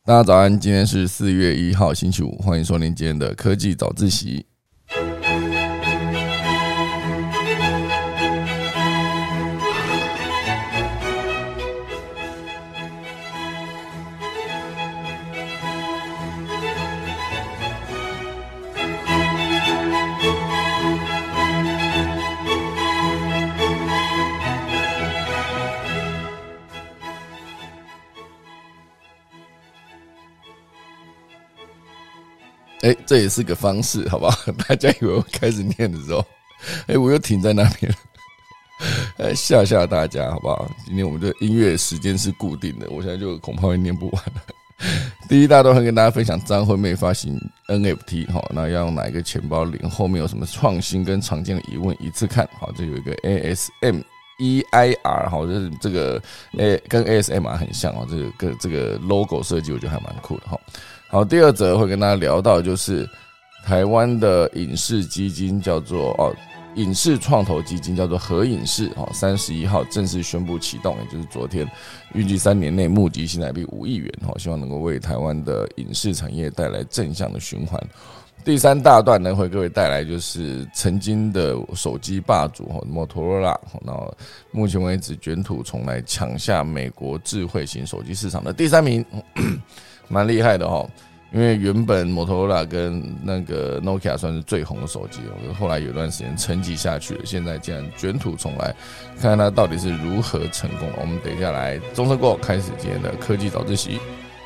大家早安，今天是4月1号星期五，欢迎收听今天的科技早自习。这也是个方式，好不好？大家以为我开始念的时候，我又停在那边了，吓吓大家，好不好？今天我们的音乐时间是固定的，我现在就恐怕会念不完了。第一大段会跟大家分享张惠妹发行 NFT， 那要用哪一个钱包领？后面有什么创新跟常见的疑问一次看。好，这有一个 ASMEIR， 就是这个跟 ASMR 很像，这个 logo 设计我觉得还蛮酷的。好，第二则会跟大家聊到就是台湾的影视基金叫做影视创投基金叫做和影视，31号正式宣布启动，也就是昨天，预计3年内募集新台币5亿元，希望能够为台湾的影视产业带来正向的循环。第三大段呢，会各位带来就是曾经的手机霸主摩托罗拉，那目前为止卷土重来，抢下美国智慧型手机市场的第3名，蛮厉害的哈。因为原本摩托罗拉跟那个 Nokia 算是最红的手机，后来有段时间沉寂下去了，现在竟然卷土重来，看看它到底是如何成功。我们等一下来钟声过后开始今天的科技早自习。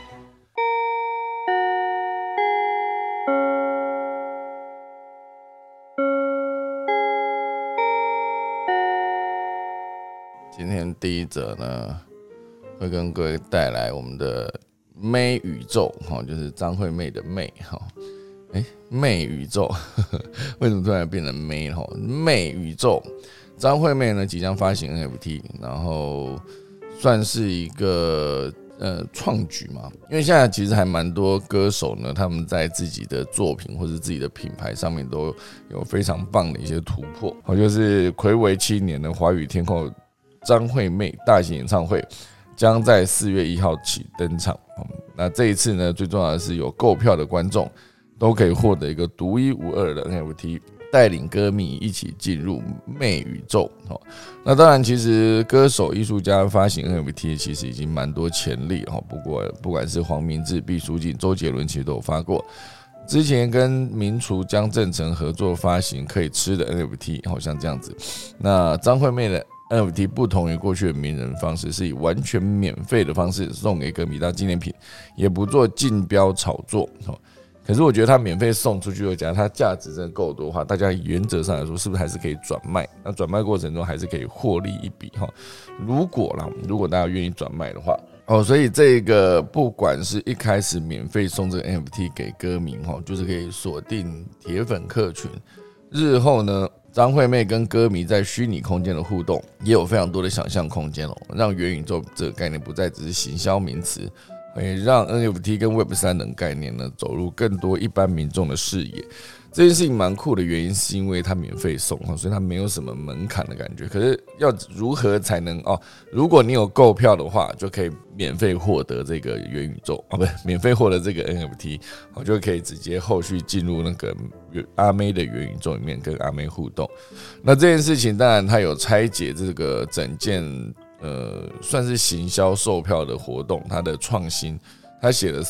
今天第一则呢，会跟各位带来我们的妹宇宙，就是张惠妹的妹，妹宇宙为什么突然变成妹？妹宇宙，张惠妹呢即将发行 NFT， 然后算是一个创举嘛，因为现在其实还蛮多歌手呢，他们在自己的作品或是自己的品牌上面都有非常棒的一些突破。就是睽违7年的华语天后张惠妹大型演唱会将在4月1号起登场。那这一次呢，最重要的是有购票的观众都可以获得一个独一无二的 NFT， 带领歌迷一起进入妹宇宙。那当然，其实歌手、艺术家发行 NFT 其实已经蛮多前例，不过不管是黄明志、毕书尽、周杰伦，其实都有发过。之前跟名厨江振成合作发行可以吃的 NFT， 好像这样子。那张惠妹的NFT 不同于过去的名人方式，是以完全免费的方式送给歌迷当纪念品，也不做竞标炒作。可是我觉得它免费送出去，假如它价值真的够多的话，大家原则上来说是不是还是可以转卖？那转卖过程中还是可以获利一笔。如果大家愿意转卖的话，所以这个不管是一开始免费送这个 NFT 给歌迷，就是可以锁定铁粉客群，日后呢，张惠妹跟歌迷在虚拟空间的互动也有非常多的想象空间，让元宇宙这个概念不再只是行销名词，也让 NFT 跟 Web3 等概念呢走入更多一般民众的视野。这件事情蛮酷的原因是因为它免费送，所以它没有什么门槛的感觉。可是要如何才能如果你有购票的话，就可以免费获得这个元宇宙不是免费获得这个 NFT， 就可以直接后续进入那个阿妹的元宇宙里面跟阿妹互动。那这件事情当然它有拆解这个整件算是行销售票的活动，它的创新，它写了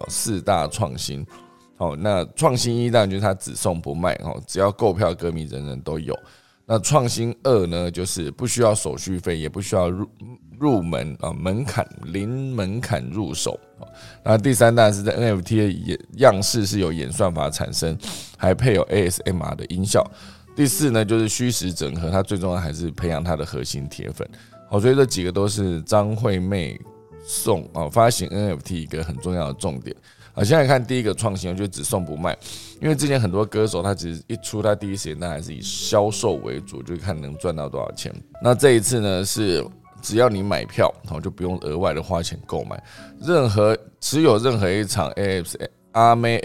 4大创新。那创新1当然就是它只送不卖，只要购票歌迷人人都有。那创新2呢，就是不需要手续费，也不需要入门门槛，零门槛入手。那第3当然是在 NFT 的样式是有演算法产生，还配有 ASMR 的音效。第4呢，就是虚实整合，它最重要还是培养它的核心铁粉。所以这几个都是张惠妹发行 NFT 一个很重要的重点。现在看第一个创新，我觉得只送不卖，因为之前很多歌手他其实一出他第一时间他还是以销售为主，就看能赚到多少钱。那这一次呢是只要你买票，就不用额外的花钱购买，持有任何一场阿妹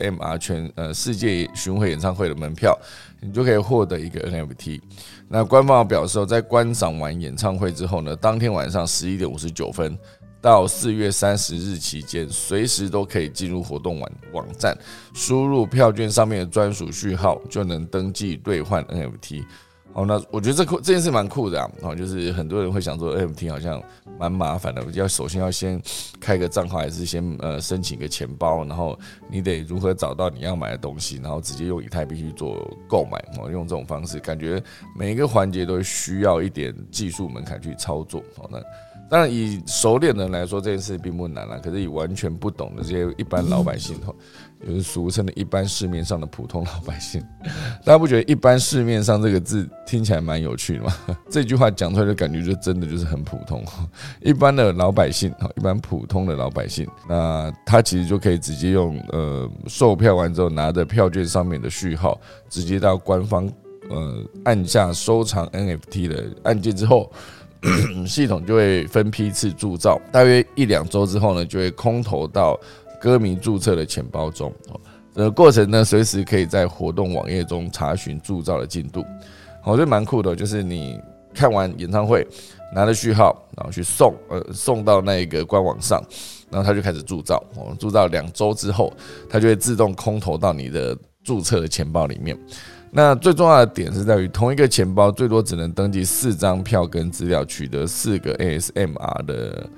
ASMR 世界巡回演唱会的门票，你就可以获得一个 NFT。那官方表示，在观赏完演唱会之后呢，当天晚上11点59分。 到4月30日期间，随时都可以进入活动网站，输入票券上面的专属序号，就能登记兑换 NFT。那我觉得这件事蛮酷的啊，就是很多人会想说 NFT 好像蛮麻烦的，首先要先开个账号，还是先申请个钱包，然后你得如何找到你要买的东西，然后直接用以太币去做购买，用这种方式，感觉每一个环节都需要一点技术门槛去操作。那当然，以熟练的人来说，这件事并不难啦。可是以完全不懂的这些一般老百姓，就是俗称的一般市面上的普通老百姓，大家不觉得"一般市面上"这个字听起来蛮有趣的吗？这句话讲出来的感觉就真的就是很普通，一般的老百姓，一般普通的老百姓，那他其实就可以直接用售票完之后拿着票券上面的序号，直接到官方按下收藏 NFT 的按键之后。系统就会分批次铸造，大约1-2周之后呢，就会空投到歌迷注册的钱包中。过程呢，随时可以在活动网页中查询铸造的进度。我觉得蛮酷的，就是你看完演唱会，拿着序号，然后去送到那个官网上，然后它就开始铸造。铸造2周之后，它就会自动空投到你的注册的钱包里面。那最重要的点是在于，同一个钱包最多只能登记4张票根资料，取得4个 ASMEIR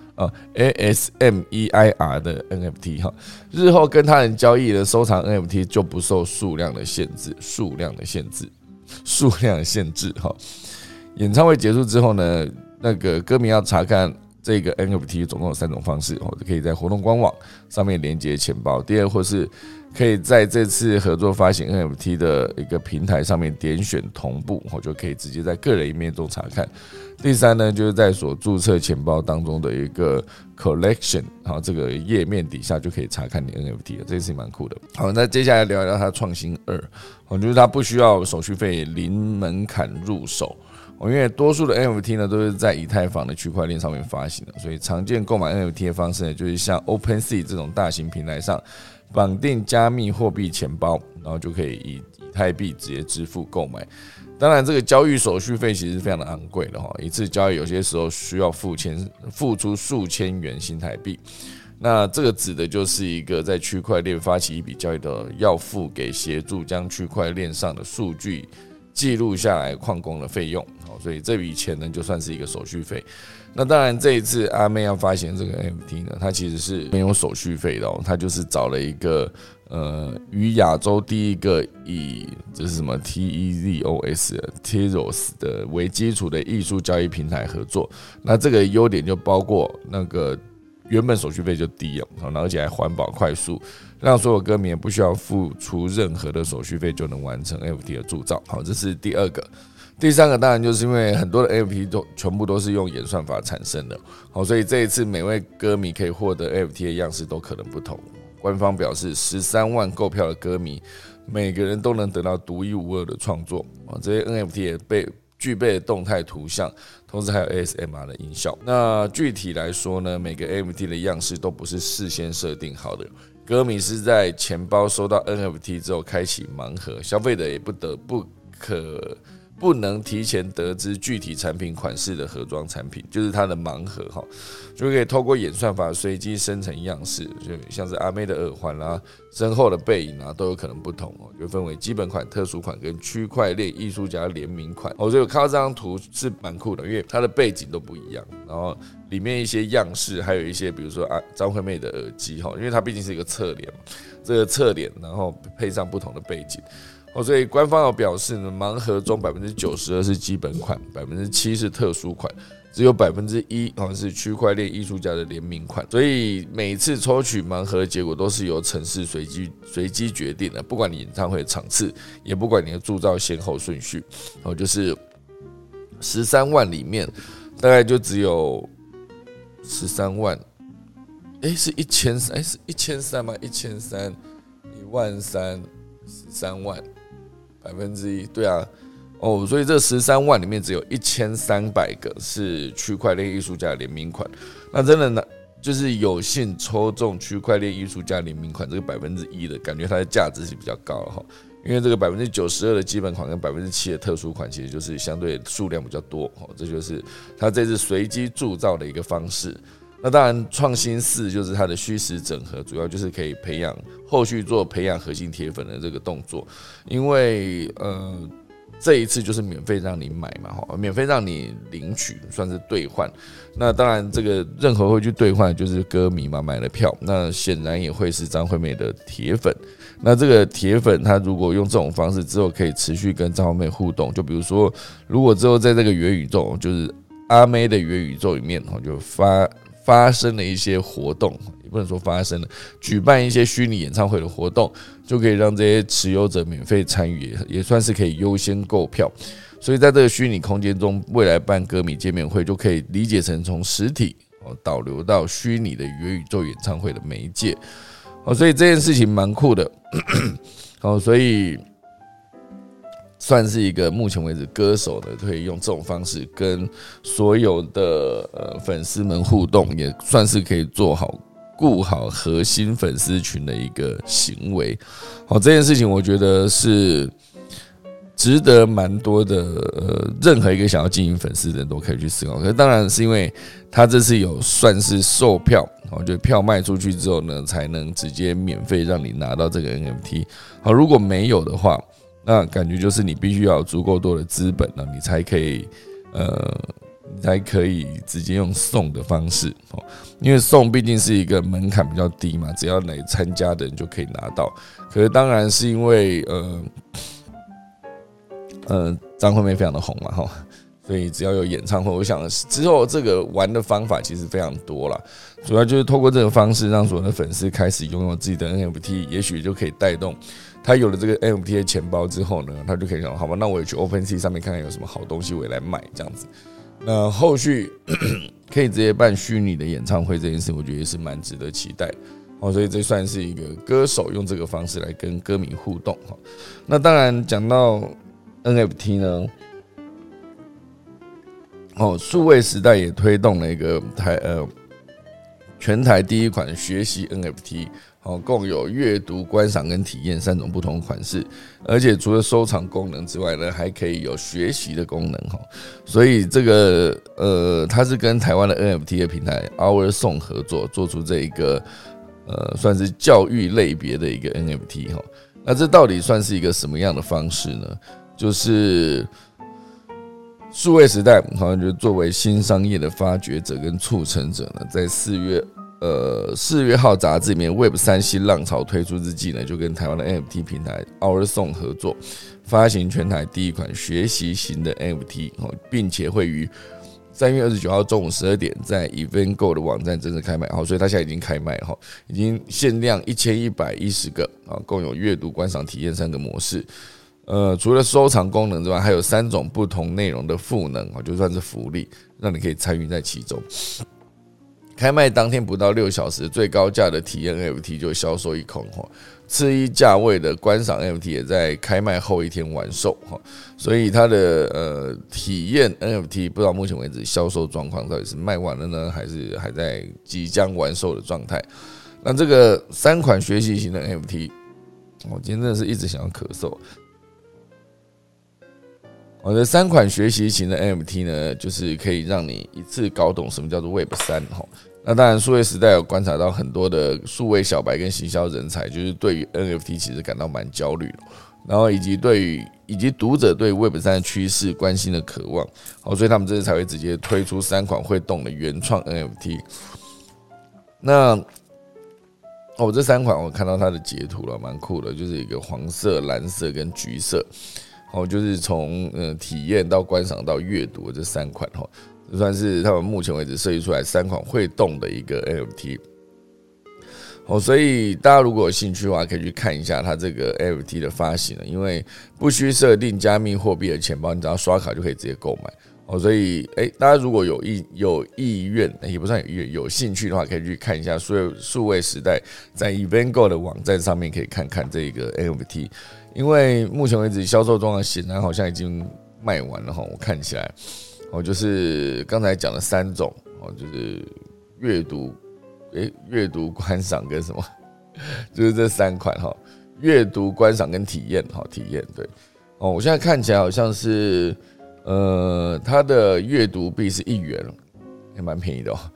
的 NFT 哈。日后跟他人交易的收藏 NFT 就不受数量的限制哈。演唱会结束之后呢，那个歌迷要查看这个 NFT 总共有3种方式，可以在活动官网上面连接钱包，第二或是可以在这次合作发行 NFT 的一个平台上面点选同步，就可以直接在个人页面中查看。第三呢，就是在所注册钱包当中的一个 collection， 这个页面底下就可以查看你 NFT 了，这件事情蛮酷的。好，那接下来聊一聊它创新2，就是它不需要手续费，零门槛入手。因为多数的 NFT 呢都是在以太坊的区块链上面发行的，所以常见购买 NFT 的方式呢，就是像 OpenSea 这种大型平台上绑定加密货币钱包，然后就可以以太币直接支付购买。当然，这个交易手续费其实非常的昂贵的哈，一次交易有些时候需要付出数千元新台币。那这个指的就是一个在区块链发起一笔交易的要付给协助将区块链上的数据记录下来矿工的费用，所以这笔钱呢就算是一个手续费。那当然，这一次阿妹要发行这个 NFT 呢，它其实是没有手续费的，它就是找了一个与亚洲第一个以这是什么 Tezos 的为基础的艺术交易平台合作。那这个优点就包括那个原本手续费就低而且还环保快速，让所有歌迷也不需要付出任何的手续费就能完成 NFT 的铸造。好，这是第2个。第3个当然就是因为很多的 NFT 全部都是用演算法产生的，好，所以这一次每位歌迷可以获得 NFT 的样式都可能不同。官方表示，13万购票的歌迷每个人都能得到独一无二的创作，这些 NFT 也具备了动态图像，同时还有 ASMR 的音效。那具体来说呢，每个 NFT 的样式都不是事先设定好的，歌迷是在钱包收到 NFT 之后开启盲盒，消费者也不能提前得知具体产品款式的盒装产品，就是它的盲盒哈，就可以透过演算法随机生成样式，就像是阿妹的耳环啦、身后的背影啊，都有可能不同就分为基本款、特殊款跟区块链艺术家联名款。所以我看到这张图是蛮酷的，因为它的背景都不一样，然后里面一些样式，还有一些比如说张惠妹的耳机因为它毕竟是一个侧脸嘛，这个侧脸然后配上不同的背景。所以官方有表示呢，盲盒中92%是基本款，7%是特殊款，只有1%好像是区块链艺术家的联名款。所以每次抽取盲盒的结果都是由程式随机决定的，不管你演唱会的场次，也不管你的铸造先后顺序。就是13万里面大概就只有13万，是1300是1300吗？13000，13000，13万。1%，对啊，所以这13万里面只有1300个是区块链艺术家的联名款，那真的呢，就是有幸抽中区块链艺术家联名款这个1%的感觉，它的价值是比较高的因为这个92%的基本款跟7%的特殊款，其实就是相对数量比较多这就是它这次随机铸造的一个方式。 那当然，创新4就是它的虚实整合，主要就是可以后续做培养核心铁粉的这个动作，因为这一次就是免费让你买嘛，免费让你领取，算是兑换。那当然，这个任何会去兑换就是歌迷嘛，买了票，那显然也会是张惠妹的铁粉。那这个铁粉他如果用这种方式之后，可以持续跟张惠妹互动，就比如说，如果之后在这个元宇宙，就是阿妹的元宇宙里面，就发生了一些活动，也不能说发生了，举办一些虚拟演唱会的活动，就可以让这些持有者免费参与，也算是可以优先购票。所以在这个虚拟空间中，未来办歌迷见面会就可以理解成从实体导流到虚拟的元宇宙演唱会的媒介。所以这件事情蛮酷的。所以算是一个目前为止歌手呢可以用这种方式跟所有的粉丝们互动，也算是可以顾好核心粉丝群的一个行为。这件事情我觉得是值得蛮多的任何一个想要经营粉丝的人都可以去思考。可是当然是因为他这次有算是售票，就票卖出去之后呢，才能直接免费让你拿到这个 NFT。如果没有的话，那感觉就是你必须要有足够多的资本，你才可以直接用送的方式，因为送毕竟是一个门槛比较低嘛，只要来参加的人就可以拿到。可是当然是因为张惠妹非常的红嘛，所以只要有演唱会，我想之后这个玩的方法其实非常多啦，主要就是透过这个方式让所有的粉丝开始拥有自己的 NFT， 也许就可以带动他有了这个 NFT 的钱包之后呢，他就可以想，好吧，那我也去 OpenSea 上面看看有什么好东西我也来买这样子。那后续可以直接办虚拟的演唱会这件事，我觉得也是蛮值得期待。所以这算是一个歌手用这个方式来跟歌迷互动。那当然讲到 NFT 呢，数位时代也推动了一个全台第一款学习 NFT。共有阅读、观赏跟体验3种不同款式，而且除了收藏功能之外呢，还可以有学习的功能。所以这个它是跟台湾的 NFT 的平台 Our Song 合作，做出这一个算是教育类别的一个 NFT。那这到底算是一个什么样的方式呢？就是数位时代好像就作为新商业的发掘者跟促成者呢，在4月号杂志里面 Web3 新浪潮推出之际呢，就跟台湾的 NFT 平台 Our Song 合作，发行全台第一款学习型的 NFT， 并且会于3月29号中午12点在 EventGo 的网站正式开卖。所以它现在已经开卖，已经限量1110个，共有阅读、观赏、体验3个模式。除了收藏功能之外，还有3种不同内容的赋能，就算是福利，让你可以参与在其中。开卖当天不到6小时，最高价的体验 NFT 就销售一空，次一价位的观赏 NFT 也在开卖后一天完售，所以它的体验 NFT 不知道目前为止销售状况到底是卖完了呢，还是还在即将完售的状态。那这个3款学习型的 NFT， 我今天真的是一直想要咳嗽。这3款学习型的 NFT 呢，就是可以让你一次搞懂什么叫做 Web3。那当然，数位时代有观察到很多的数位小白跟行销人才，就是对于 NFT 其实感到蛮焦虑的，然后以及读者对 Web3 的趋势关心的渴望，所以他们这次才会直接推出3款会动的原创 NFT。那这3款我看到它的截图了，蛮酷的，就是一个黄色、蓝色跟橘色。就是从体验到观赏到阅读这3款，这算是他们目前为止设计出来3款会动的一个 NFT。所以大家如果有兴趣的话，可以去看一下它这个 NFT 的发行了，因为不需设定加密货币的钱包，你只要刷卡就可以直接购买。所以大家如果有意愿，也不算有意愿，有兴趣的话，可以去看一下数位时代在 EventGo 的网站上面可以看看这个 NFT。因为目前为止销售状况显然好像已经卖完了，我看起来，就是刚才讲的3种，就是阅读、观赏跟什么，就是这3款，阅读、观赏跟体验，对，我现在看起来好像是，它的阅读币是1元，也蛮便宜的。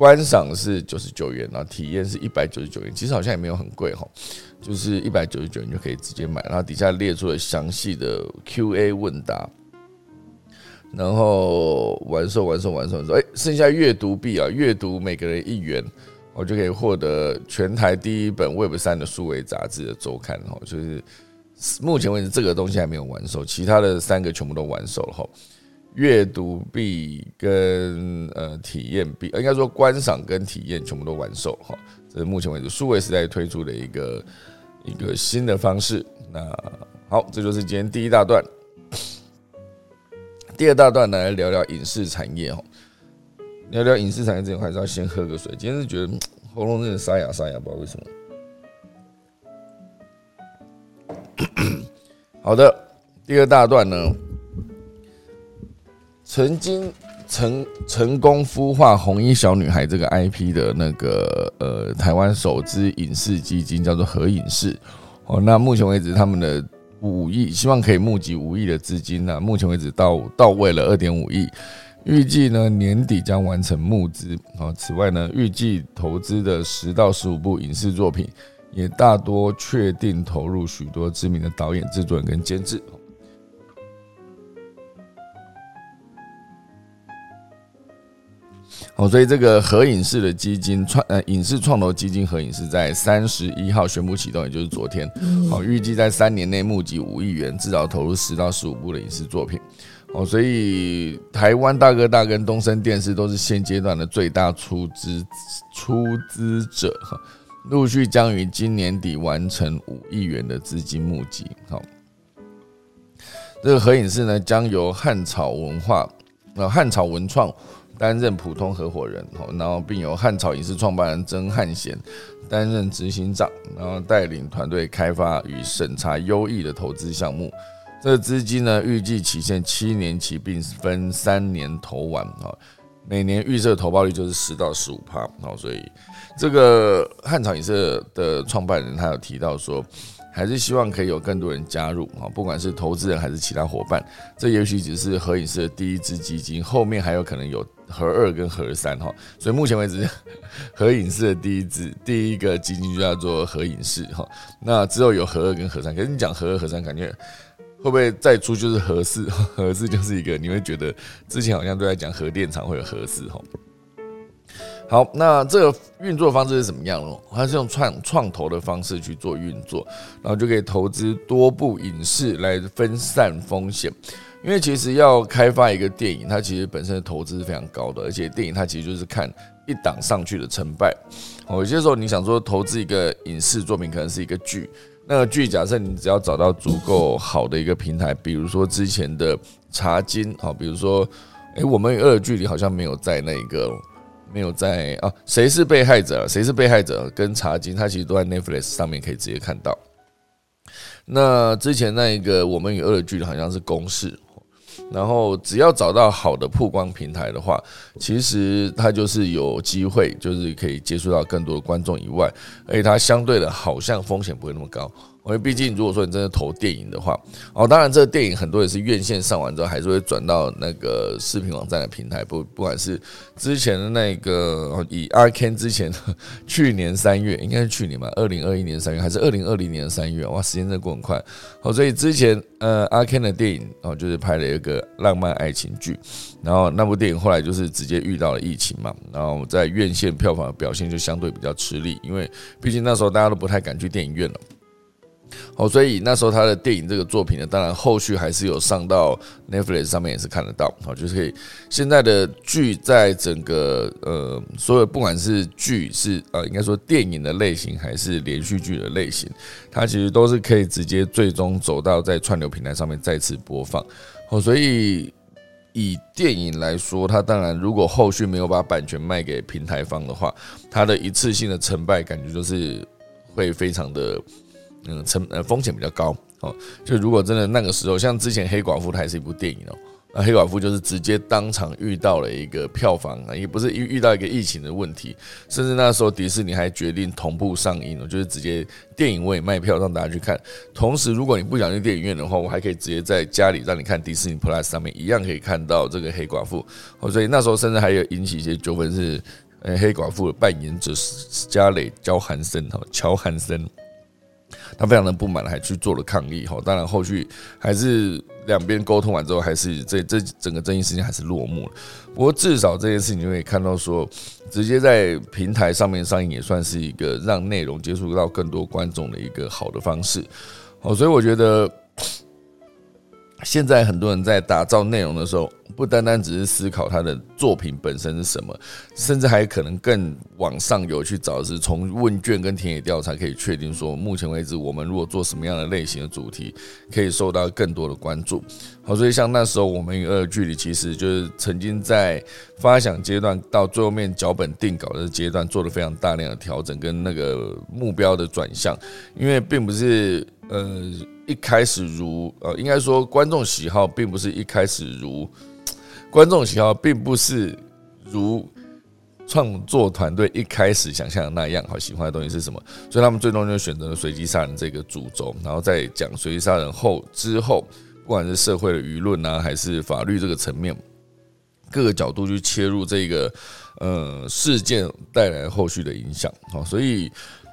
观赏是99元，然后体验是199元，其实好像也没有很贵哈，就是199元就可以直接买。然后底下列出了详细的 Q&A 问答，然后完售，剩下阅读币啊，阅读每个人1元，我就可以获得全台第一本 Web 3的数位杂志的周刊哈，就是目前为止这个东西还没有完售，其他的3个全部都完售了哈。阅读币跟体验币，应该说观赏跟体验全部都完售哈。这是目前为止数位时代推出的一个新的方式。那好，这就是今天第一大段。第二大段呢，来聊聊影视产业哈。聊聊影视产业之前，还是要先喝个水。今天是觉得喉咙真的沙哑，不知道为什么。好的，第二大段呢。曾经成功孵化红衣小女孩这个 IP 的那个台湾首支影视基金叫做和影视哦，那目前为止他们的5亿，希望可以募集5亿的资金呢，目前为止到位了2.5亿，预计呢年底将完成募资哦。此外呢，预计投资的10到15部影视作品，也大多确定投入许多知名的导演、制作人跟监制。所以这个和影视的基金影视创投基金和影视在31号宣布启动，也就是昨天。预计在3年内募集5亿元，至少投入10到15部的影视作品。所以台湾大哥大跟东森电视都是现阶段的最大出资者，陆续将于今年底完成5亿元的资金募集。这个和影视呢，将由汉草文创担任普通合伙人，然后并由汉草影视创办人曾汉贤担任执行长，然后带领团队开发与审查优异的投资项目。这个资金呢，预计期限7年期，并分3年投完，每年预设投报率就是10到15%。所以这个汉草影视的创办人他有提到说，还是希望可以有更多人加入，不管是投资人还是其他伙伴。这也许只是和影视的第一支基金，后面还有可能有和2跟和3。所以目前为止，和影视的第一个基金就叫做和影视。那之后有和2跟和3，可是你讲和2和3，感觉会不会再出就是和4？和4就是一个你会觉得之前好像都在讲核电厂会有和4。好，那这个运作方式是怎么样呢？它是用创投的方式去做运作，然后就可以投资多部影视来分散风险。因为其实要开发一个电影，它其实本身的投资是非常高的，而且电影它其实就是看一档上去的成败。有些时候你想说投资一个影视作品，可能是一个剧，那个剧假设你只要找到足够好的一个平台，比如说之前的茶金，比如说我们与恶的距离好像没有在谁是被害者？谁是被害者？跟茶金，它其实都在 Netflix 上面可以直接看到。那之前那一个我们与恶的距离好像是公视，然后只要找到好的曝光平台的话，其实它就是有机会，就是可以接触到更多的观众以外，而且它相对的好像风险不会那么高。因为毕竟如果说你真的投电影的话，当然这个电影很多也是院线上完之后还是会转到那个视频网站的平台，不管是之前的那个以 Arcane 之前去年3月，应该是去年吧，2021年3月还是2020年3月，哇，时间真的过很快。所以之前Arcane 的电影就是拍了一个浪漫爱情剧，然后那部电影后来就是直接遇到了疫情嘛，然后在院线票房的表现就相对比较吃力，因为毕竟那时候大家都不太敢去电影院了。所以那时候他的电影这个作品呢，当然后续还是有上到 Netflix 上面也是看得到，就是可以。现在的剧在整个所有不管是剧是应该说电影的类型还是连续剧的类型，它其实都是可以直接最终走到在串流平台上面再次播放。所以以电影来说，它当然如果后续没有把版权卖给平台方的话，它的一次性的成败感觉就是会非常的。风险比较高就如果真的那个时候，像之前黑寡妇它也是一部电影黑寡妇就是直接当场遇到了一个票房也不是遇到一个疫情的问题，甚至那时候迪士尼还决定同步上映就是直接电影我也卖票让大家去看，同时如果你不想去电影院的话，我还可以直接在家里让你看迪士尼 Plus 上面一样可以看到这个黑寡妇所以那时候甚至还有引起一些纠纷是黑寡妇的扮演者史嘉蕾·乔汉森，他非常的不满，还去做了抗议。当然后续还是两边沟通完之后，还是这整个争议事件还是落幕了。不过至少这件事情就可以看到说，直接在平台上面上映也算是一个让内容接触到更多观众的一个好的方式。所以我觉得现在很多人在打造内容的时候，不单单只是思考他的作品本身是什么，甚至还可能更往上游去找的是从问卷跟田野调查可以确定说，目前为止我们如果做什么样的类型的主题，可以受到更多的关注。好，所以像那时候我们与恶的距离，其实就是曾经在发想阶段到最后面脚本定稿的阶段，做了非常大量的调整跟那个目标的转向，因为并不是一开始应该说观众喜好并不是一开始观众喜好并不是如创作团队一开始想象的那样，好喜欢的东西是什么，所以他们最终就选择了随机杀人这个主轴，然后再讲随机杀人之后，不管是社会的舆论啊，还是法律这个层面，各个角度去切入这个事件带来后续的影响。所以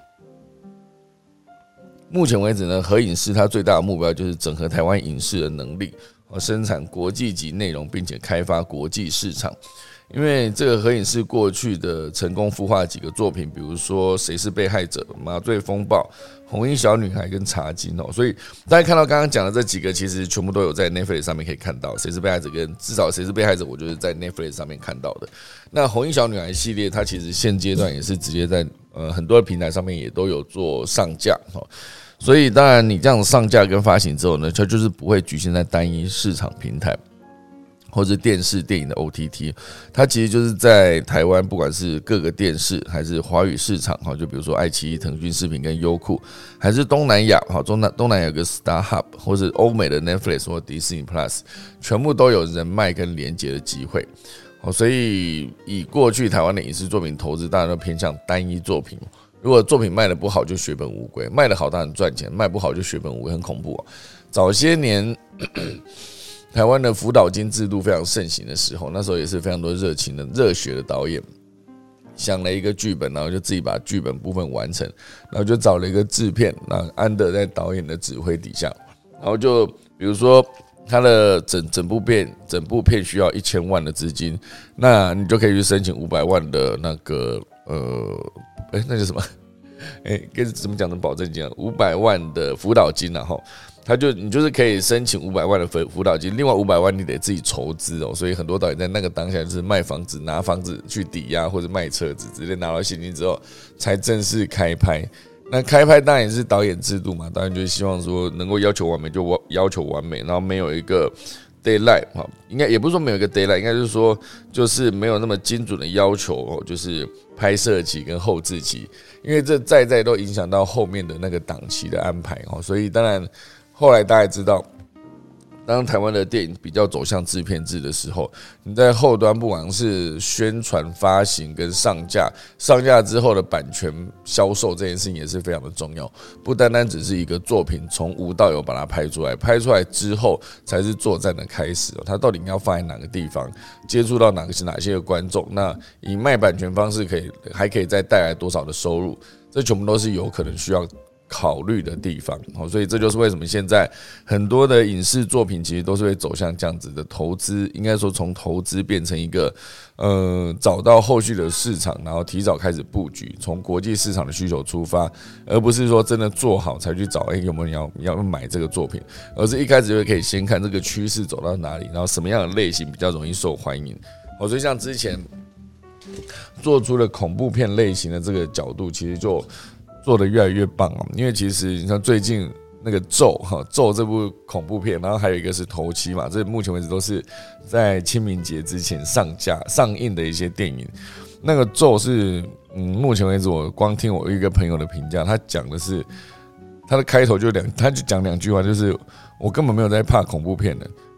目前为止呢，合影视它最大的目标就是整合台湾影视的能力，生产国际级内容，并且开发国际市场。因为这个合影视过去的成功孵化几个作品，比如说《谁是被害者》、《麻醉风暴》、《红衣小女孩》跟《茶金》所以大家看到刚刚讲的这几个，其实全部都有在 Netflix 上面可以看到。《谁是被害者》跟至少《谁是被害者》，我就是在 Netflix 上面看到的。那《红衣小女孩》系列，它其实现阶段也是直接在很多的平台上面也都有做上架。所以当然你这样上架跟发行之后呢，它就是不会局限在单一市场平台或者电视电影的 OTT， 它其实就是在台湾不管是各个电视还是华语市场，就比如说爱奇艺、腾讯视频跟优酷，还是东南亚，东南亚有个 StarHub 或者欧美的 Netflix 或 Disney Plus， 全部都有人脉跟连结的机会。所以以过去台湾的影视作品投资，当然都偏向单一作品。如果作品卖得不好就血本无归，卖得好当然赚钱，卖不好就血本无归，很恐怖。早些年台湾的辅导金制度非常盛行的时候，那时候也是非常多热情的热血的导演想了一个剧本，然后就自己把剧本部分完成，然后就找了一个制片，然后安德在导演的指挥底下，然后就比如说他的整部片需要1000万的资金，那你就可以去申请500万的那个那叫什么？怎么讲的保证金啊？500万的辅导金，然后你就是可以申请500万的辅导金，另外500万你得自己筹资所以很多导演在那个当下就是卖房子、拿房子去抵押，或者卖车子，直接拿到现金之后才正式开拍。那开拍当然也是导演制度嘛，当然就是希望说能够要求完美就要求完美，然后没有一个deadline， 应该也不是说没有一个 deadline， 应该就是说就是没有那么精准的要求，就是拍摄期跟后制期，因为这在都影响到后面的那个档期的安排，所以当然后来大家知道，当台湾的电影比较走向制片制的时候，你在后端不管是宣传、发行跟上架之后的版权销售这件事情也是非常的重要，不单单只是一个作品从无到有把它拍出来之后才是作战的开始，它到底要放在哪个地方，接触到哪些的观众，那以卖版权方式还可以再带来多少的收入，这全部都是有可能需要考虑的地方，所以这就是为什么现在很多的影视作品其实都是会走向这样子的投资，应该说从投资变成一个找到后续的市场，然后提早开始布局，从国际市场的需求出发，而不是说真的做好才去找有没有人要买这个作品，而是一开始就可以先看这个趋势走到哪里，然后什么样的类型比较容易受欢迎。所以像之前做出了恐怖片类型的这个角度，其实就做得越来越棒因为其实你像最近那个咒这部恐怖片，然后还有一个是头七嘛，这目前为止都是在清明节之前上映的一些电影。那个咒是目前为止我光听我一个朋友的评价，他讲的是他的开头他就讲2句话，就是我根本没有在怕恐怖片的，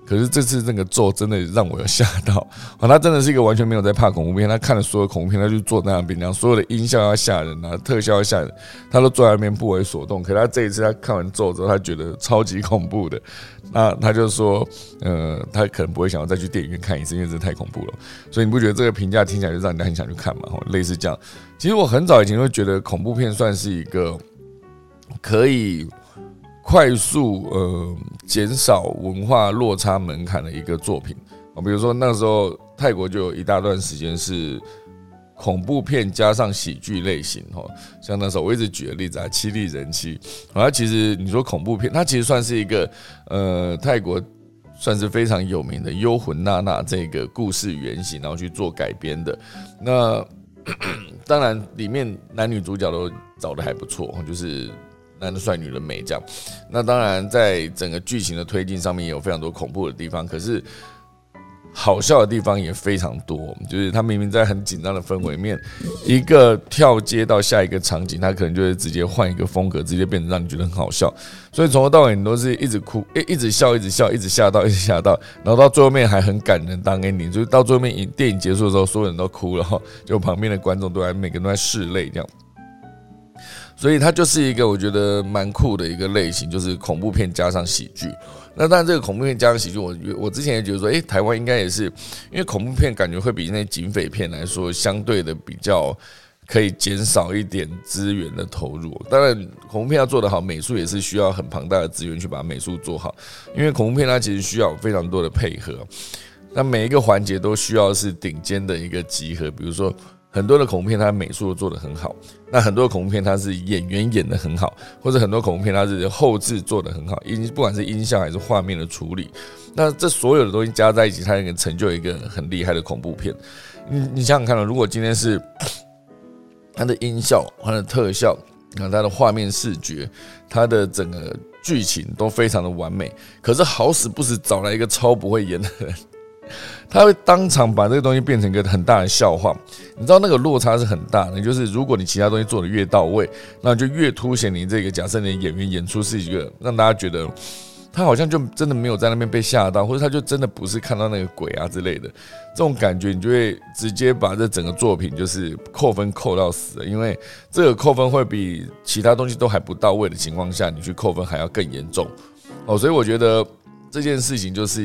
可是这次那个咒真的让我有吓到，他真的是一个完全没有在怕恐怖片，他看了所有恐怖片，他就坐在那边，然后所有的音效要吓人啊，特效要吓人，他都坐在那边不为所动。可是他这一次他看完咒之后，他觉得超级恐怖的，那他就说，他可能不会想要再去电影院看一次，因为真的太恐怖了。所以你不觉得这个评价听起来就让人家很想去看嘛？类似这样。其实我很早以前就觉得恐怖片算是一个可以快速减少文化落差门槛的一个作品。比如说那时候泰国就有一大段时间是恐怖片加上喜剧类型，像那时候我一直举的例子啊，《七力人妻》，它其实你说恐怖片，它其实算是一个泰国算是非常有名的《幽魂娜娜》这个故事原型，然后去做改编的。那当然里面男女主角都找得还不错，就是男的帅女的美这样。那当然在整个剧情的推进上面也有非常多恐怖的地方，可是好笑的地方也非常多，就是他明明在很紧张的氛围面，一个跳接到下一个场景，他可能就会直接换一个风格，直接变成让你觉得很好笑。所以从头到尾你都是一直哭，一直笑，一直笑，一直吓到，一直吓到，然后到最后面还很感人当 ending， 就是到最后面电影结束的时候，所有人都哭了，就旁边的观众每个人都在拭泪这样。所以它就是一个我觉得蛮酷的一个类型，就是恐怖片加上喜剧。那当然，这个恐怖片加上喜剧，我之前也觉得说，台湾应该也是，因为恐怖片感觉会比那些警匪片来说，相对的比较可以减少一点资源的投入。当然，恐怖片要做得好，美术也是需要很庞大的资源去把美术做好，因为恐怖片它其实需要非常多的配合，那每一个环节都需要是顶尖的一个集合，比如说。很多的恐怖片，它美术都做得很好；那很多的恐怖片，它是演员演得很好，或者很多恐怖片，它是后制做得很好，不管是音效还是画面的处理，那这所有的东西加在一起，它能成就一个很厉害的恐怖片。你想想看，如果今天是它的音效、它的特效、它的画面视觉、它的整个剧情都非常的完美，可是好死不死找来一个超不会演的人。他会当场把这个东西变成一个很大的笑话，你知道那个落差是很大的。就是如果你其他东西做得越到位，那就越凸显你这个假设你的演员演出是一个让大家觉得他好像就真的没有在那边被吓到，或者他就真的不是看到那个鬼啊之类的这种感觉，你就会直接把这整个作品就是扣分扣到死了，因为这个扣分会比其他东西都还不到位的情况下，你去扣分还要更严重。所以我觉得这件事情就是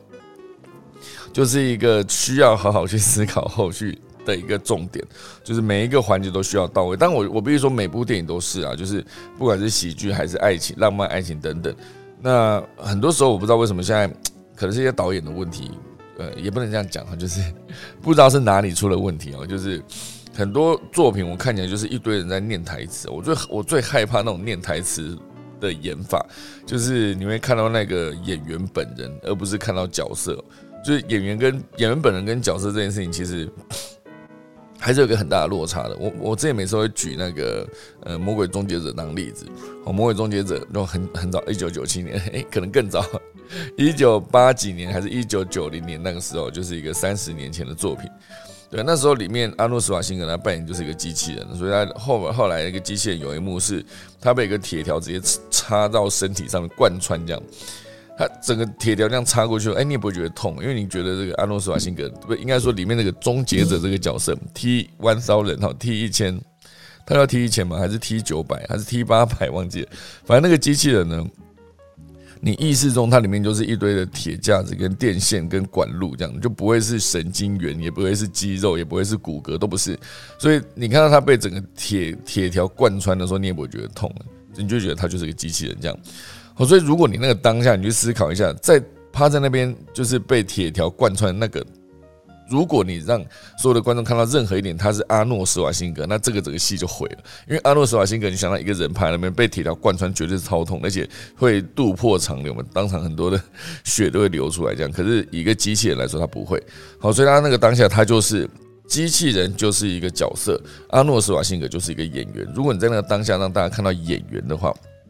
一个需要好好去思考后续的一个重点，就是每一个环节都需要到位。但我必须说，每部电影都是啊，就是不管是喜剧还是爱情、浪漫爱情等等。那很多时候我不知道为什么现在可能是一些导演的问题，也不能这样讲，就是不知道是哪里出了问题哦。就是很多作品我看起来就是一堆人在念台词，我最害怕那种念台词的演法，就是你会看到那个演员本人，而不是看到角色。就是演员本人跟角色这件事情，其实还是有一个很大的落差的。我之前每次会举那个《魔鬼终结者》当例子，《魔鬼终结者》都很早，1997年，可能更早，1980几年还是1990年那个时候，就是一个30年前的作品。对，那时候里面阿诺·施瓦辛格他扮演就是一个机器人，所以他后来一个机器人有一幕是他被一个铁条直接插到身体上面贯穿这样。他整个铁条这样插过去，你也不会觉得痛，因为你觉得这个阿诺·施瓦辛格，不应该说里面那个终结者这个角色 T1000， 他要 T1000 吗？还是 T900， 还是 T800？ 忘记了。反正那个机器人呢，你意识中它里面就是一堆的铁架子、跟电线、跟管路，这样就不会是神经元，也不会是肌肉，也不会是骨骼，都不是。所以你看到它被整个铁条贯穿的时候，你也不会觉得痛，你就觉得它就是一个机器人这样。所以，如果你那个当下，你去思考一下，在趴在那边就是被铁条贯穿那个，如果你让所有的观众看到任何一点他是阿诺·施瓦辛格，那这个戏就毁了。因为阿诺·施瓦辛格，你想到一个人趴在那边被铁条贯穿，绝对是超痛，而且会肚破肠流，当场很多的血都会流出来这样。可是以一个机器人来说，他不会。所以他那个当下，他就是机器人，就是一个角色，阿诺·施瓦辛格就是一个演员。如果你在那个当下让大家看到演员的话，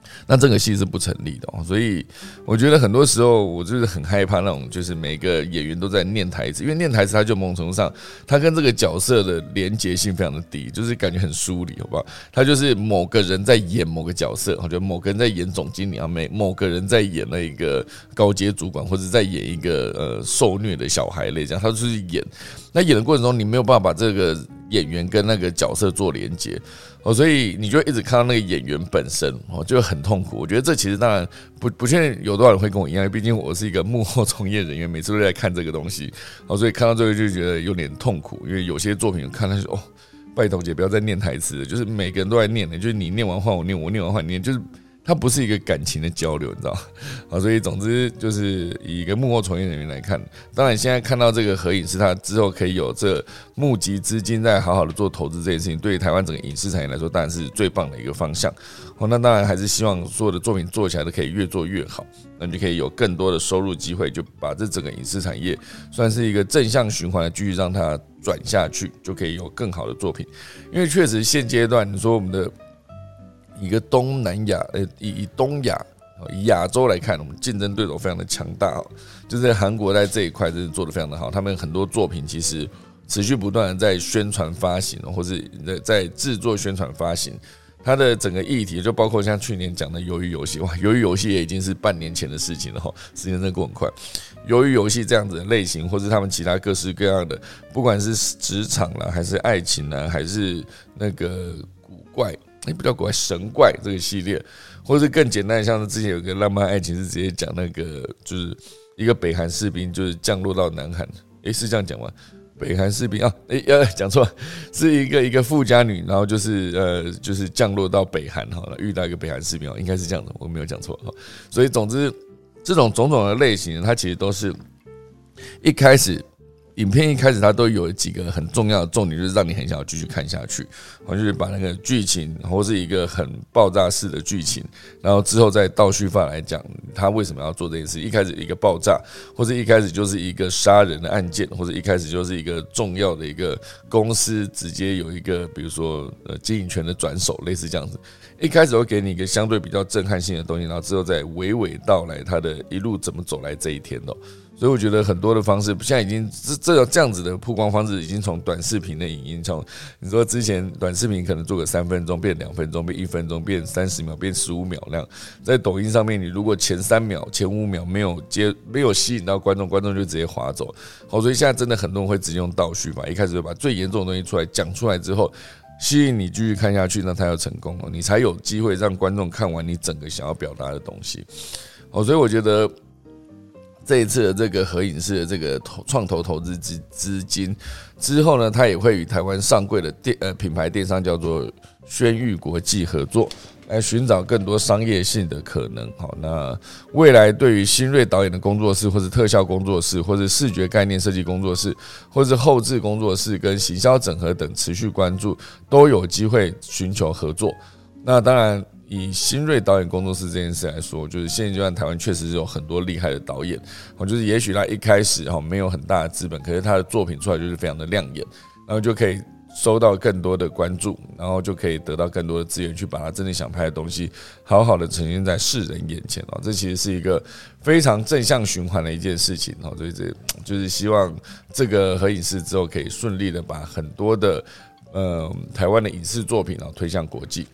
那这个戏是不成立的所以我觉得很多时候我就是很害怕那种，就是每个演员都在念台词，因为念台词他就某种程度上，他跟这个角色的连结性非常的低，就是感觉很疏离，好不好？他就是某个人在演某个角色，我觉得某个人在演总经理啊，某个人在演了一个高阶主管，或者在演一个受虐的小孩类这样，他就是演。那演的过程中，你没有办法把这个演员跟那个角色做连结。所以你就一直看到那个演员本身就很痛苦。我觉得这其实当然不确定有多少人会跟我一样，毕竟我是一个幕后从业人员，每次都在看这个东西，所以看到这个就觉得有点痛苦。因为有些作品看他说拜托姐不要再念台词了，就是每个人都在念的，就是你念完换我念，我念完换你念，就是它不是一个感情的交流，你知道吗？所以总之就是以一个幕后从业人员来看，当然现在看到这个合影视，它之后可以有这募集资金，再好好的做投资这件事情，对于台湾整个影视产业来说，当然是最棒的一个方向。那当然还是希望所有的作品做起来都可以越做越好，那你就可以有更多的收入机会，就把这整个影视产业算是一个正向循环的，继续让它转下去，就可以有更好的作品。因为确实现阶段你说我们的一个东南亚，以东亚、以亚洲来看，我们竞争对手非常的强大，就是韩国在这一块真的做得非常的好，他们很多作品其实持续不断的在宣传发行，或是在制作宣传发行。它的整个议题就包括像去年讲的鱿鱼游戏，哇，鱿鱼游戏也已经是半年前的事情了哈，时间真的过很快。鱿鱼游戏这样子的类型，或是他们其他各式各样的，不管是职场啦，还是爱情啦，还是那个古怪。不叫古怪，神怪这个系列，或是更简单的，像是之前有个浪漫爱情是直接讲那个，就是一个北韩士兵就是降落到南韩，是这样讲吗？北韩士兵讲错，是一个富家女，然后就是降落到北韩遇到一个北韩士兵应该是这样的，我没有讲错所以总之这种种种的类型，它其实都是一开始。影片一开始它都有几个很重要的重点，就是让你很想要继续看下去，就是把那个剧情或是一个很爆炸式的剧情，然后之后再倒叙法来讲他为什么要做这件事。一开始一个爆炸，或者一开始就是一个杀人的案件，或者一开始就是一个重要的一个公司直接有一个比如说经营权的转手，类似这样子。一开始会给你一个相对比较震撼性的东西，然后之后再娓娓道来他的一路怎么走来这一天所以我觉得很多的方式，现在已经这样子的曝光方式，已经从短视频的影音，从你说之前短视频可能做个3分钟，变2分钟，变1分钟，变30秒，变15秒那样。在抖音上面，你如果前3秒、前5秒没有吸引到观众就直接滑走。所以现在真的很多人会直接用倒叙法，一开始就把最严重的东西出来讲出来之后，吸引你继续看下去，那才有成功你才有机会让观众看完你整个想要表达的东西。所以我觉得。这一次的这个合影视的这个创投投资资金之后呢，它也会与台湾上柜的品牌电商叫做轩誉国际合作，来寻找更多商业性的可能。那未来对于新锐导演的工作室，或是特效工作室，或是视觉概念设计工作室，或是后制工作室跟行销整合等持续关注，都有机会寻求合作。那当然。以新锐导演工作室这件事来说，就是现阶段台湾确实是有很多厉害的导演，就是也许他一开始没有很大的资本，可是他的作品出来就是非常的亮眼，然后就可以收到更多的关注，然后就可以得到更多的资源去把他真的想拍的东西好好的呈现在世人眼前。这其实是一个非常正向循环的一件事情。所以这就是希望这个合影视之后可以顺利的把很多的台湾的影视作品推向国际。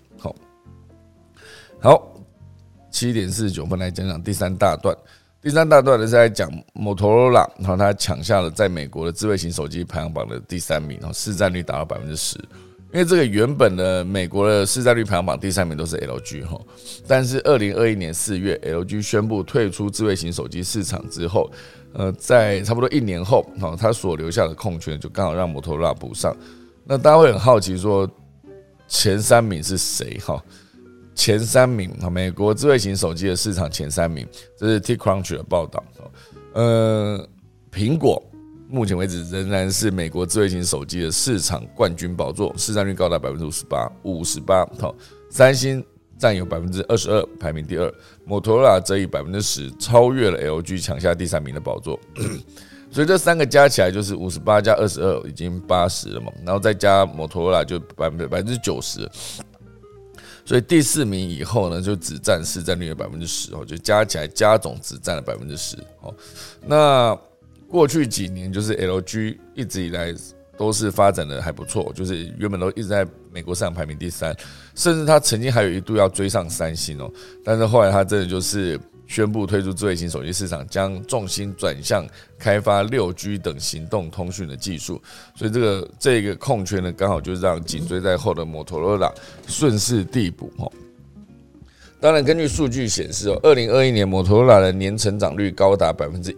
好，7点49分来讲讲第三大段。第三大段呢是在讲 Motorola， 它抢下了在美国的智慧型手机排行榜的第3名，市占率达到 10%。因为这个原本的美国的市占率排行榜第3名都是 LG， 但是2021年4月 LG 宣布退出智慧型手机市场之后，在差不多1年后，它所留下的空缺就刚好让 Motorola 补上。那大家会很好奇说，前3名是谁？前3名，美国智慧型手机的市场前3名，这是 TechCrunch 的报道。苹果目前为止仍然是美国智慧型手机的市场冠军宝座，市占率高达 58%。三星占有 22%， 排名第2。Motorola 则以 10% 超越了 LG， 抢下第3名的宝座。所以这3个加起来就是58加22，已经80了嘛，然后再加 Motorola 就 90%。所所以第4名以后呢，就只占市占率的10%哦，就加起来加总只占了10%哦。那过去几年就是 LG 一直以来都是发展的还不错，就是原本都一直在美国市场排名第3，甚至它曾经还有一度要追上三星哦，但是后来它真的就是宣布推出智慧型手机市场，将重心转向开发6G 等行动通讯的技术，所以这个空缺呢，刚好就让紧追在后的摩托罗拉顺势递补哦。当然，根据数据显示，2021年摩托罗拉的年成长率高达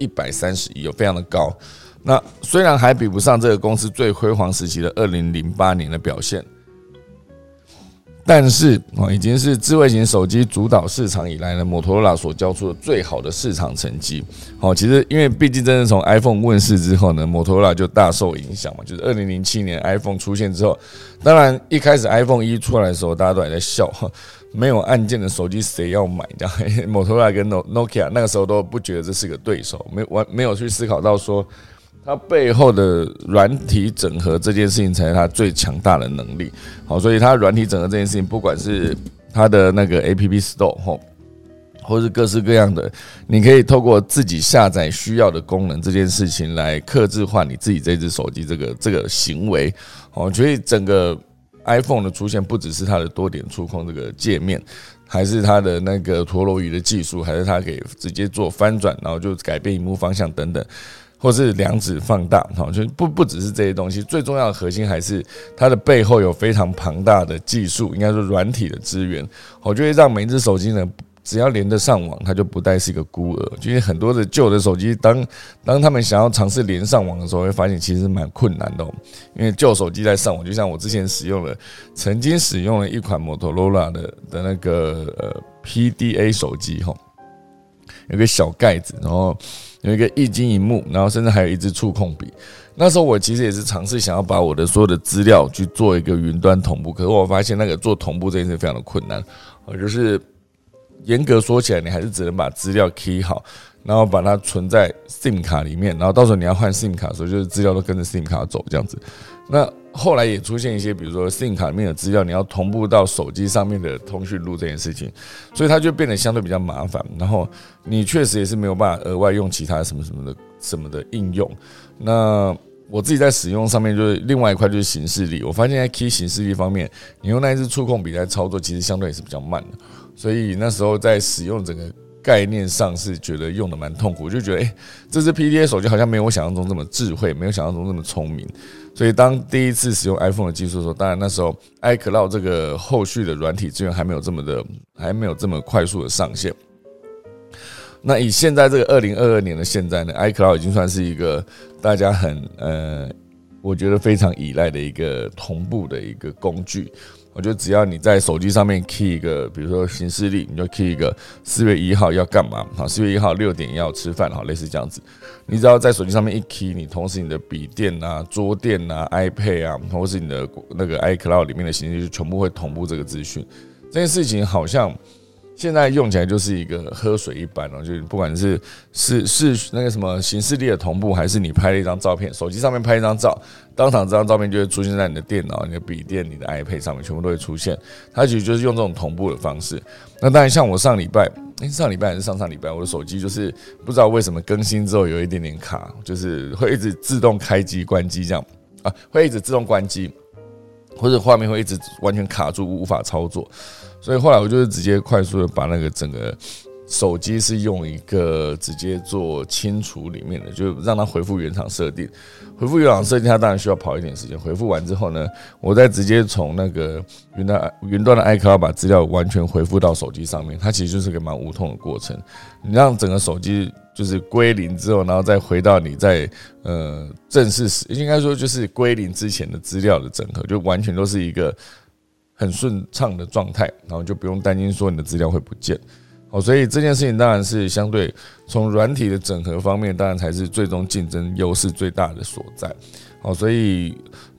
131%，非常的高。那虽然还比不上这个公司最辉煌时期的2008年的表现，但是已经是智慧型手机主导市场以来呢，摩托罗拉所交出的最好的市场成绩。其实因为毕竟真的从 iPhone 问世之后呢，摩托罗拉就大受影响嘛。就是2007年 iPhone 出现之后，当然一开始 iPhone 1出来的时候，大家都还在笑，没有按键的手机谁要买？这样，摩托罗拉跟 Nokia 那个时候都不觉得这是个对手，没有去思考到说，它背后的软体整合这件事情才是它最强大的能力。好，所以它软体整合这件事情，不管是它的那个 App Store 或是各式各样的，你可以透过自己下载需要的功能这件事情来客制化你自己这只手机这个行为。所以整个 iPhone 的出现不只是它的多点触控这个界面，还是它的那个陀螺仪的技术，还是它可以直接做翻转，然后就改变萤幕方向等等。或是2指放大，就不只是这些东西，最重要的核心还是它的背后有非常庞大的技术，应该说软体的资源，就会让每一只手机呢，只要连得上网，它就不再是一个孤儿。因为很多的旧的手机，当他们想要尝试连上网的时候，会发现其实蛮困难的因为旧手机在上网，就像我之前曾经使用了一款摩托罗拉的那个PDA 手机有个小盖子，然后有一个液晶萤幕，然后甚至还有一支触控笔。那时候我其实也是尝试想要把我的所有的资料去做一个云端同步，可是我发现那个做同步这件事非常的困难，就是严格说起来，你还是只能把资料 key 好，然后把它存在 SIM 卡里面，然后到时候你要换 SIM 卡的时候，就是资料都跟着 SIM 卡走这样子。那后来也出现一些，比如说 SIM 卡里面的资料，你要同步到手机上面的通讯录这件事情，所以它就变得相对比较麻烦。然后你确实也是没有办法额外用其他什么的应用。那我自己在使用上面，就是另外一块就是行事历。我发现在 key 行事历方面，你用那一支触控笔来操作，其实相对也是比较慢的。所以那时候在使用整个概念上是觉得用的蛮痛苦，我就觉得这支 PDA 手机好像没有我想象中这么智慧，没有想象中这么聪明。所以当第一次使用 iPhone 的技术的时候，当然那时候 iCloud 这个后续的软体资源还没有这么快速的上线。那以现在这个2022年的现在呢 ，iCloud 已经算是一个大家我觉得非常依赖的一个同步的一个工具。我觉得只要你在手机上面 key 一个，比如说行事历，你就 key 一个4月1号要干嘛，好，4月1号6点要吃饭，好，类似这样子。你只要在手机上面一 key， 你同时你的笔电啊、桌垫啊、iPad 啊，或是你的那个 iCloud 里面的行事历，就全部会同步这个资讯。这件事情好像现在用起来就是一个喝水一般就是不管是那个什么行事历的同步，还是你拍了一张照片，手机上面拍一张照，当场这张照片就会出现在你的电脑、你的笔电、你的 iPad 上面，全部都会出现。它其实就是用这种同步的方式。那当然，像我上礼拜还是上礼拜，我的手机就是不知道为什么更新之后有一点点卡，就是会一直自动开机关机这样啊，会一直自动关机，或者画面会一直完全卡住，无法操作。所以后来我就是直接快速的把那个整个手机是用一个直接做清除里面的，就让它恢复原厂设定。恢复原厂设定，它当然需要跑一点时间。恢复完之后呢，我再直接从那个云端的 iCloud 把资料完全恢复到手机上面。它其实就是个蛮无痛的过程。你让整个手机就是归零之后，然后再回到你在正式应该说就是归零之前的资料的整合，就完全都是一个很顺畅的状态，然后就不用担心说你的资料会不见。所以这件事情当然是相对从软体的整合方面，当然才是最终竞争优势最大的所在。所以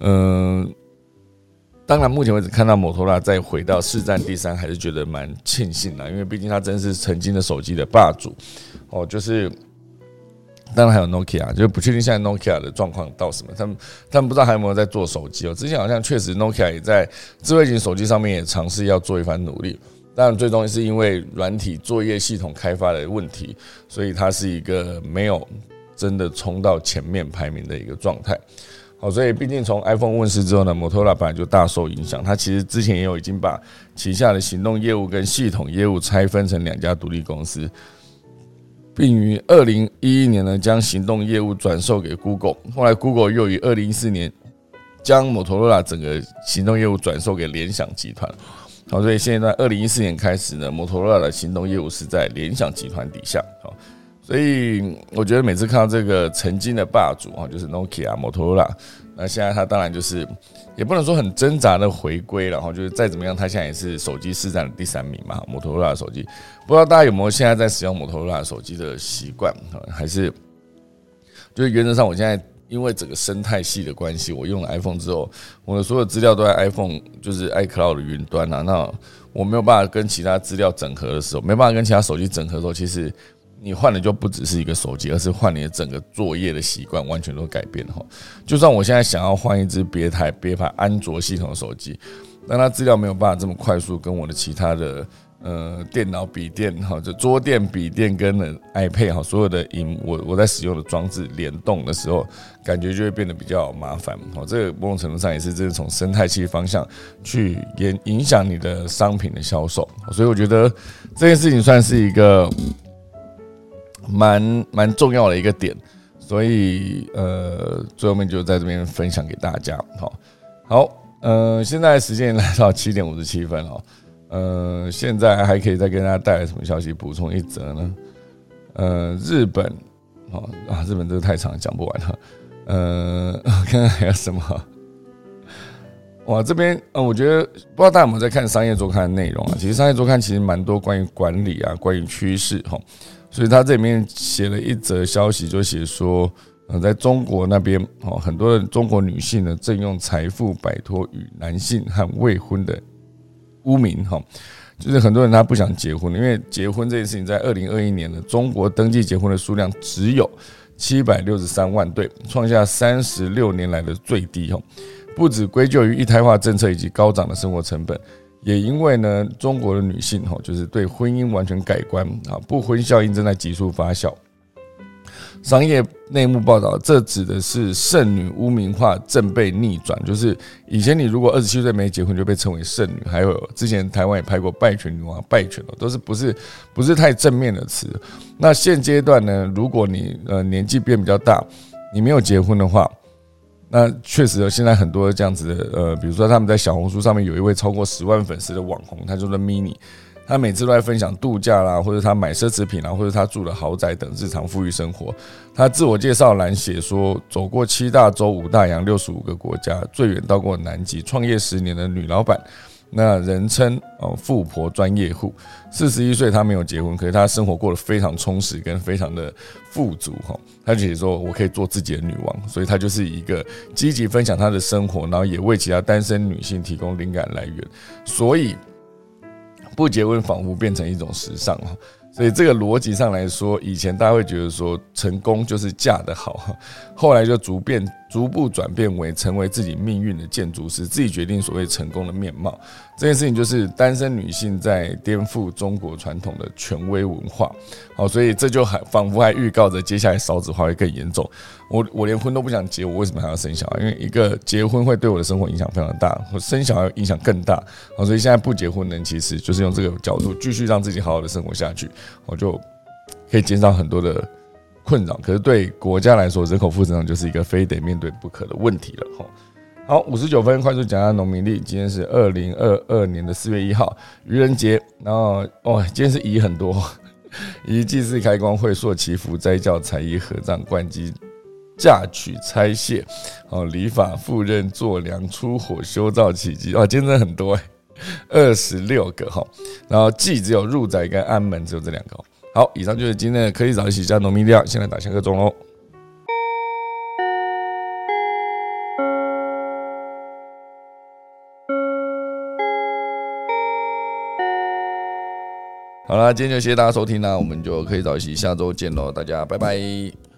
当然目前为止看到摩托罗拉再回到市占第3，还是觉得蛮庆幸的，因为毕竟它真是曾经的手机的霸主。就是当然还有 Nokia， 就是不确定现在 Nokia 的状况到什么，他们不知道还有没有在做手机哦。之前好像确实 Nokia 也在智慧型手机上面也尝试要做一番努力，当然最终是因为软体作业系统开发的问题，所以它是一个没有真的冲到前面排名的一个状态。好，所以毕竟从 iPhone 问世之后呢 ，Motorola 本来就大受影响。它其实之前也有已经把旗下的行动业务跟系统业务拆分成2家独立公司。并于2011年呢将行动业务转售给 Google， 后来 Google 又于2014年将 Motorola 整个行动业务转售给联想集团。好，所以现在2014年开始呢 ，Motorola 的行动业务是在联想集团底下。好，所以我觉得每次看到这个曾经的霸主就是 Nokia、Motorola， 那现在它当然就是也不能说很挣扎的回归了，就是再怎么样，它现在也是手机市占的第3名嘛。Motorola 的手机，不知道大家有没有现在在使用 Motorola 手机的习惯，还是就是原则上我现在因为整个生态系的关系，我用了 iPhone 之后，我的所有资料都在 iPhone 就是 iCloud 的云端啊，那我没有办法跟其他资料整合的时候，没办法跟其他手机整合的时候，其实你换的就不只是一个手机，而是换你的整个作业的习惯，完全都改变了。就算我现在想要换一支别牌安卓系统的手机，但它资料没有办法这么快速跟我的其他的电脑、笔电就桌垫、笔电跟 iPad 所有的我在使用的装置联动的时候，感觉就会变得比较麻烦。这个某种程度上也是从生态系方向去影响你的商品的销售，所以我觉得这件事情算是一个蛮重要的一个点，所以最后面就在这边分享给大家。好，现在时间来到7点57分哦。现在还可以再跟大家带来什么消息？补充一则呢？日本，日本这个太长讲不完了。看看还有什么？哇，这边我觉得不知道大家有没有在看商业周刊的内容啊？其实商业周刊其实蛮多关于管理啊，关于趋势所以他这里面写了一则消息，就写说，在中国那边很多的中国女性呢，正用财富摆脱与男性和未婚的污名，就是很多人他不想结婚，因为结婚这件事情在2021年的中国登记结婚的数量只有763万对，创下36年来的最低。不只归咎于一胎化政策以及高涨的生活成本，也因为呢中国的女性就是对婚姻完全改观，不婚效应正在急速发酵。商业内幕报道，这指的是剩女污名化正被逆转，就是以前你如果27岁没结婚就被称为剩女，还有之前台湾也拍过拜权女王、拜权都是不是太正面的词。那现阶段呢，如果你年纪变比较大，你没有结婚的话，那确实现在很多这样子的比如说他们在小红书上面有一位超过10万粉丝的网红，他叫做 Mini。他每次都在分享度假啦，或者他买奢侈品啦，或者他住的豪宅等日常富裕生活。他自我介绍栏写说，走过7大洲、5大洋、65个国家，最远到过南极，创业10年的女老板。那人称富婆专业户。41岁，她没有结婚，可是她生活过得非常充实，跟非常的富足。她就写说，我可以做自己的女王，所以她就是一个积极分享她的生活，然后也为其他单身女性提供灵感来源。所以不结婚仿佛变成一种时尚，所以这个逻辑上来说，以前大家会觉得说成功就是嫁得好，后来就逐步转变为成为自己命运的建筑师，自己决定所谓成功的面貌。这件事情就是单身女性在颠覆中国传统的权威文化。好，所以这就仿佛还预告着接下来少子化会更严重。我连婚都不想结，我为什么还要生小孩？因为一个结婚会对我的生活影响非常大，我生小孩影响更大。好，所以现在不结婚呢，其实就是用这个角度继续让自己好好的生活下去，我就可以减少很多的困扰。可是对国家来说，人口负增长就是一个非得面对不可的问题了。好，59分，快速讲下农民历。今天是2022年4月1号，愚人节。然后今天是宜很多，宜祭祀、开光、会所、祈福、斋教、才艺、合葬、灌机、嫁娶、拆卸、礼法、赴任、做粮、出火、修造、起居。今天真的很多26个。然后祭只有入宅跟安门只有这2个。好，以上就是今天的科技早一起加农民历，现在打下课钟喽。好啦，今天就谢谢大家收听啦，我们就可以早一起下周见喽，大家拜拜。